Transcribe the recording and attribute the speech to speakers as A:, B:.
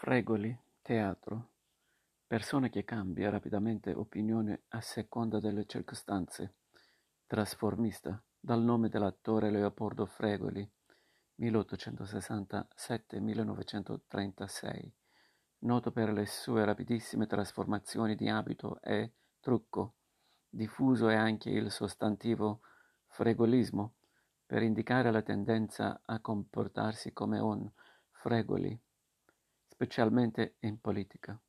A: Fregoli, teatro. Persona che cambia rapidamente opinione a seconda delle circostanze. Trasformista, dal nome dell'attore Leopoldo Fregoli, 1867-1936, noto per le sue rapidissime trasformazioni di abito e trucco. Diffuso è anche il sostantivo fregolismo, per indicare la tendenza a comportarsi come un Fregoli, specialmente in politica.